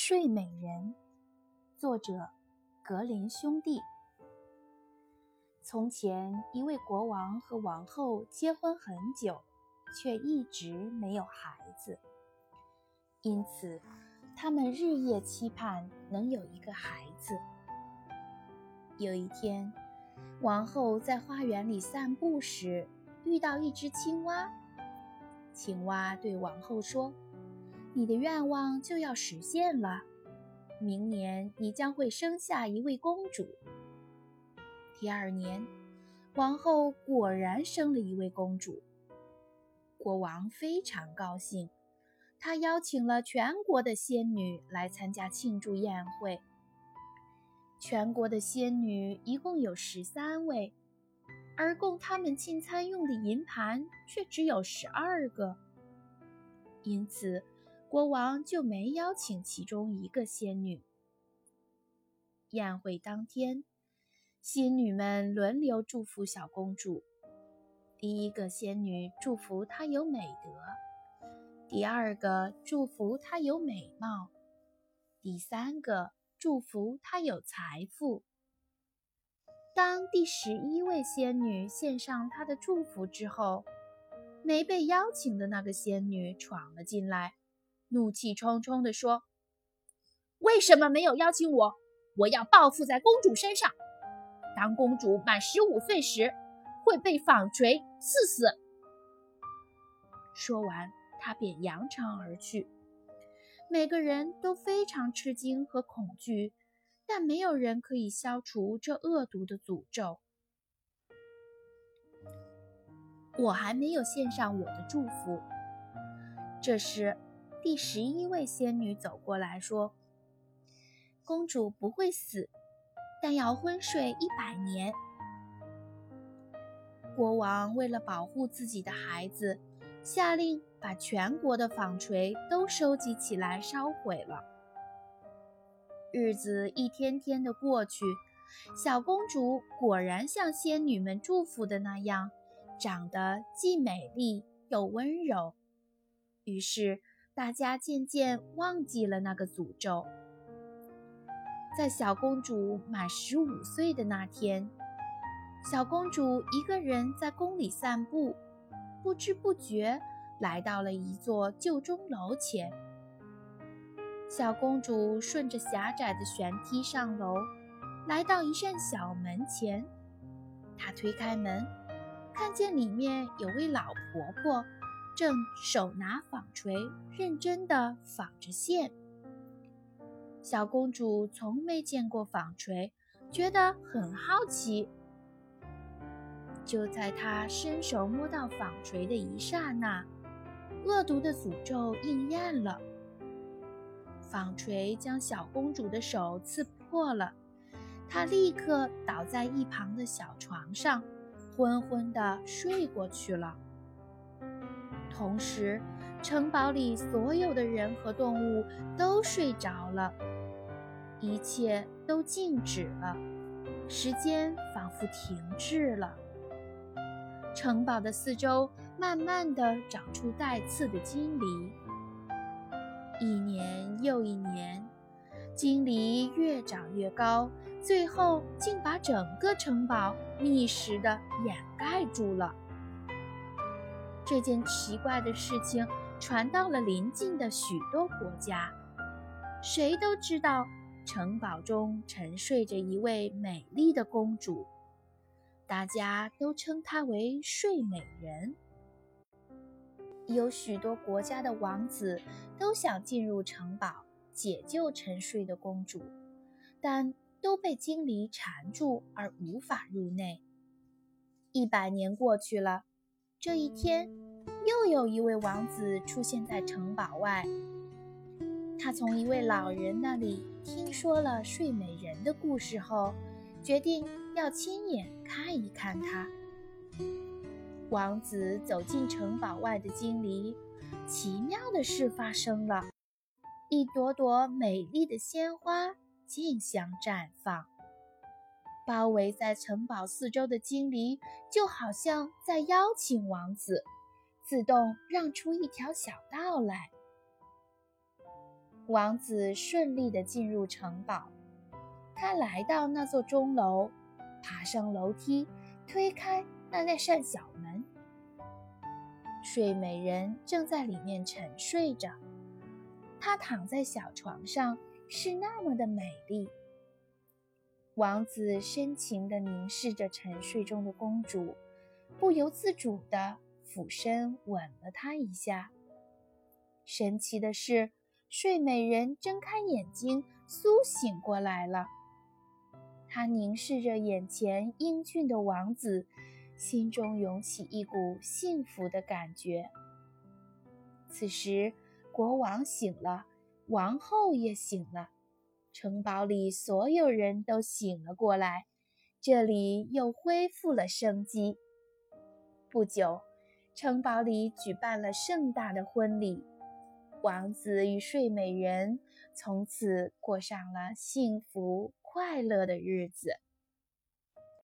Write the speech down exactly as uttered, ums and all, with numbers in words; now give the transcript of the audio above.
睡美人，作者格林兄弟。从前，一位国王和王后结婚很久，却一直没有孩子，因此他们日夜期盼能有一个孩子。有一天，王后在花园里散步时，遇到一只青蛙。青蛙对王后说：“你的愿望就要实现了，明年你将会生下一位公主。”第二年，王后果然生了一位公主。国王非常高兴，他邀请了全国的仙女来参加庆祝宴会。全国的仙女一共有十三位，而供他们进餐用的银盘却只有十二个。因此，国王就没邀请其中一个仙女。宴会当天，仙女们轮流祝福小公主。第一个仙女祝福她有美德，第二个祝福她有美貌，第三个祝福她有财富。当第十一位仙女献上她的祝福之后，没被邀请的那个仙女闯了进来，怒气冲冲地说：“为什么没有邀请我？我要报复在公主身上。当公主满十五岁时，会被纺锤刺死。”说完，她便扬长而去。每个人都非常吃惊和恐惧，但没有人可以消除这恶毒的诅咒。我还没有献上我的祝福。这时，第十一位仙女走过来说：“公主不会死，但要昏睡一百年。”国王为了保护自己的孩子，下令把全国的纺锤都收集起来烧毁了。日子一天天的过去，小公主果然像仙女们祝福的那样，长得既美丽又温柔。于是大家渐渐忘记了那个诅咒。在小公主满十五岁的那天，小公主一个人在宫里散步，不知不觉来到了一座旧钟楼前。小公主顺着狭窄的悬梯上楼，来到一扇小门前。她推开门，看见里面有位老婆婆正手拿纺锤，认真地纺着线。小公主从没见过纺锤，觉得很好奇。就在她伸手摸到纺锤的一刹那，恶毒的诅咒应验了。纺锤将小公主的手刺破了，她立刻倒在一旁的小床上，昏昏地睡过去了。同时，城堡里所有的人和动物都睡着了，一切都静止了，时间仿佛停滞了。城堡的四周慢慢地长出带刺的荆棘。一年又一年，荆棘越长越高，最后竟把整个城堡密实地掩盖住了。这件奇怪的事情传到了邻近的许多国家，谁都知道城堡中沉睡着一位美丽的公主，大家都称她为睡美人。有许多国家的王子都想进入城堡，解救沉睡的公主，但都被荆棘缠住而无法入内。一百年过去了，这一天，又有一位王子出现在城堡外。他从一位老人那里听说了睡美人的故事后，决定要亲眼看一看她。王子走进城堡外的荆棘，奇妙的事发生了，一朵朵美丽的鲜花竞相绽放。包围在城堡四周的荆棘就好像在邀请王子，自动让出一条小道来。 王子顺利地进入城堡。他来到那座钟楼，爬上楼梯，推开那那扇小门。睡美人正在里面沉睡着，她躺在小床上，是那么的美丽。王子深情地凝视着沉睡中的公主，不由自主地俯身吻了她一下。神奇的是，睡美人睁开眼睛，苏醒过来了。她凝视着眼前英俊的王子，心中涌起一股幸福的感觉。此时，国王醒了，王后也醒了，城堡里所有人都醒了过来，这里又恢复了生机。不久，城堡里举办了盛大的婚礼，王子与睡美人从此过上了幸福快乐的日子。